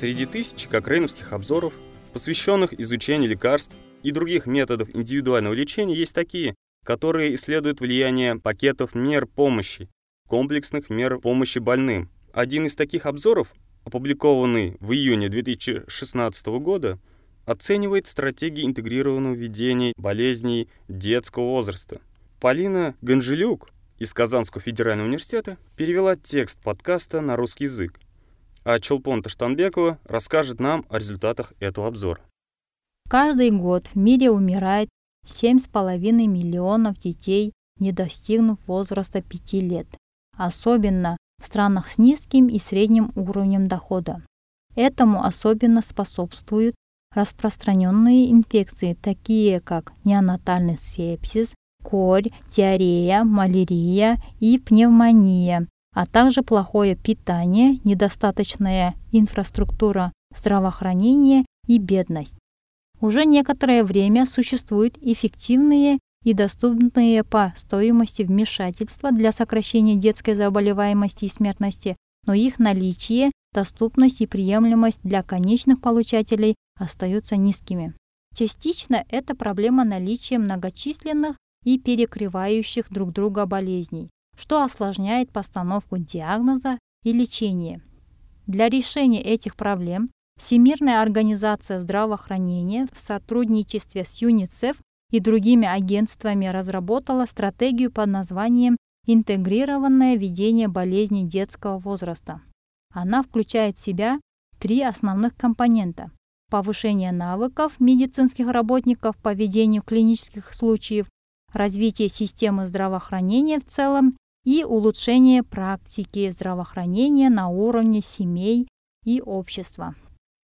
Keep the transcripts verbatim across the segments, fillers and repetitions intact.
Среди тысячи кокрейновских обзоров, посвященных изучению лекарств и других методов индивидуального лечения, есть такие, которые исследуют влияние пакетов мер помощи, комплексных мер помощи больным. Один из таких обзоров, опубликованный в июне две тысячи шестнадцатого года, оценивает стратегии интегрированного ведения болезней детского возраста. Полина Ганжелюк из Казанского федерального университета перевела текст подкаста на русский язык, а Чолпон Таштанбекова расскажет нам о результатах этого обзора. Каждый год в мире умирает семь с половиной миллионов детей, не достигнув возраста пяти лет, особенно в странах с низким и средним уровнем дохода. Этому особенно способствуют распространенные инфекции, такие как неонатальный сепсис, корь, диарея, малярия и пневмония, а также плохое питание, недостаточная инфраструктура здравоохранения и бедность. Уже некоторое время существуют эффективные и доступные по стоимости вмешательства для сокращения детской заболеваемости и смертности, но их наличие, доступность и приемлемость для конечных получателей остаются низкими. Частично это проблема наличия многочисленных и перекрывающих друг друга болезней, что осложняет постановку диагноза и лечение. Для решения этих проблем Всемирная организация здравоохранения в сотрудничестве с ЮНИЦЕФ и другими агентствами разработала стратегию под названием «Интегрированное ведение болезней детского возраста». Она включает в себя три основных компонента: повышение навыков медицинских работников по ведению клинических случаев, развитие системы здравоохранения в целом и улучшение практики здравоохранения на уровне семей и общества.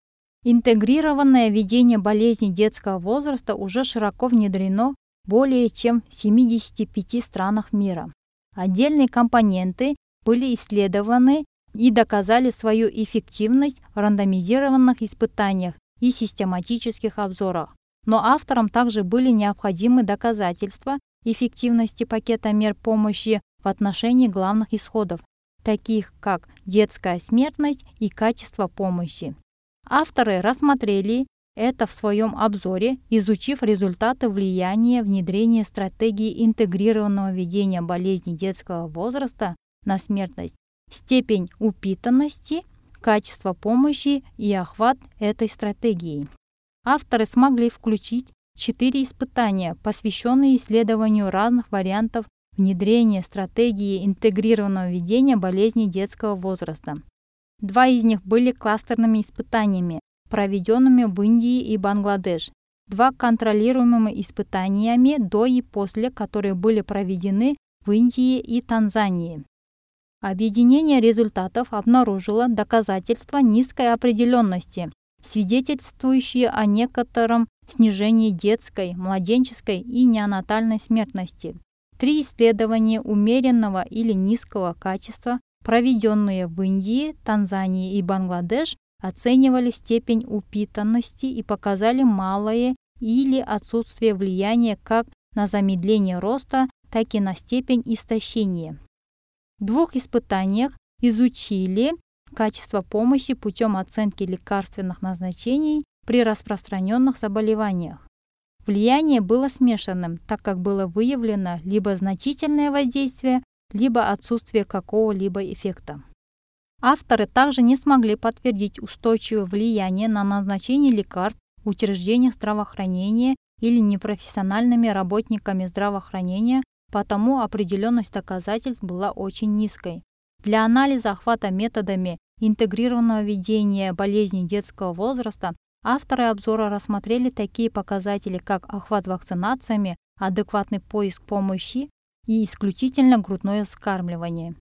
Интегрированное ведение болезней детского возраста уже широко внедрено более чем в семидесяти пяти странах мира. Отдельные компоненты были исследованы и доказали свою эффективность в рандомизированных испытаниях и систематических обзорах. Но авторам также были необходимы доказательства эффективности пакета мер помощи в отношении главных исходов, таких как детская смертность и качество помощи. Авторы рассмотрели это в своем обзоре, изучив результаты влияния внедрения стратегии интегрированного ведения болезней детского возраста на смертность, степень упитанности, качество помощи и охват этой стратегии. Авторы смогли включить четыре испытания, посвященные исследованию разных вариантов внедрения стратегии интегрированного ведения болезней детского возраста. Два из них были кластерными испытаниями, проведенными в Индии и Бангладеш. Два контролируемыми испытаниями до и после, которые были проведены в Индии и Танзании. Объединение результатов обнаружило доказательства низкой определенности, свидетельствующие о некотором снижении детской, младенческой и неонатальной смертности. Три исследования умеренного или низкого качества, проведенные в Индии, Танзании и Бангладеш, оценивали степень упитанности и показали малое или отсутствие влияния как на замедление роста, так и на степень истощения. В двух испытаниях изучили качество помощи путем оценки лекарственных назначений при распространенных заболеваниях. Влияние было смешанным, так как было выявлено либо значительное воздействие, либо отсутствие какого-либо эффекта. Авторы также не смогли подтвердить устойчивое влияние на назначение лекарств в учреждениях здравоохранения или непрофессиональными работниками здравоохранения, потому определенность доказательств была очень низкой. Для анализа охвата методами интегрированного ведения болезней детского возраста авторы обзора рассмотрели такие показатели, как охват вакцинациями, адекватный поиск помощи и исключительно грудное вскармливание.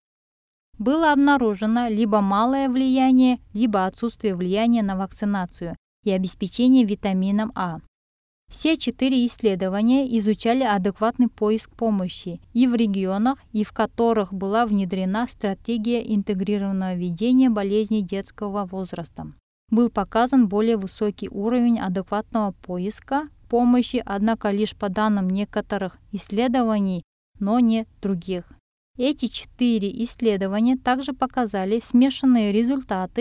Было обнаружено либо малое влияние, либо отсутствие влияния на вакцинацию и обеспечение витамином А. Все четыре исследования изучали адекватный поиск помощи и в регионах, и в которых была внедрена стратегия интегрированного ведения болезней детского возраста. Был показан более высокий уровень адекватного поиска помощи, однако лишь по данным некоторых исследований, но не других. Эти четыре исследования также показали смешанные результаты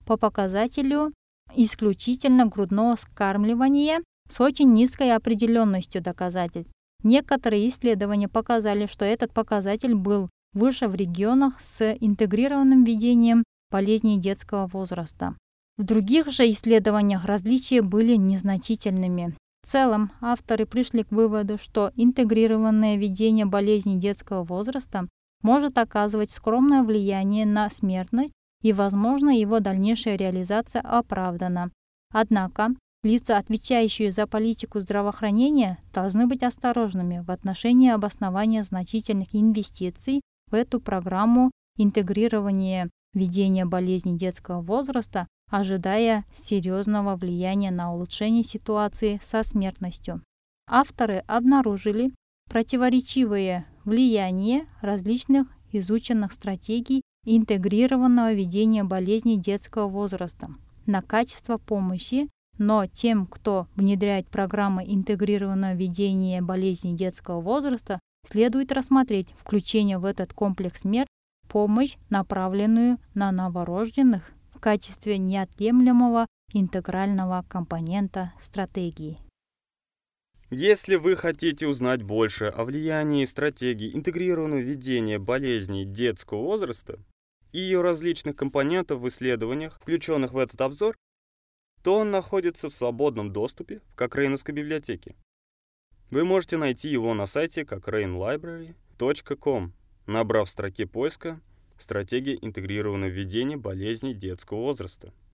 по показателю исключительно грудного вскармливания с очень низкой определенностью доказательств. Некоторые исследования показали, что этот показатель был выше в регионах с интегрированным ведением болезней детского возраста. В других же исследованиях различия были незначительными. В целом, авторы пришли к выводу, что интегрированное ведение болезней детского возраста может оказывать скромное влияние на смертность, и, возможно, его дальнейшая реализация оправдана. Однако, лица, отвечающие за политику здравоохранения, должны быть осторожными в отношении обоснования значительных инвестиций в эту программу интегрирования ведения болезней детского возраста, ожидая серьезного влияния на улучшение ситуации со смертностью. Авторы обнаружили противоречивое влияние различных изученных стратегий интегрированного ведения болезней детского возраста на качество помощи, но тем, кто внедряет программы интегрированного ведения болезней детского возраста, следует рассмотреть включение в этот комплекс мер помощь, направленную на новорожденных, в качестве неотъемлемого интегрального компонента стратегии. Если вы хотите узнать больше о влиянии стратегии интегрированного ведения болезней детского возраста и ее различных компонентов в исследованиях, включенных в этот обзор, то он находится в свободном доступе в Кокрейновской библиотеке. Вы можете найти его на сайте cochrane library точка com, набрав в строке поиска «Стратегия интегрированного ведения болезней детского возраста».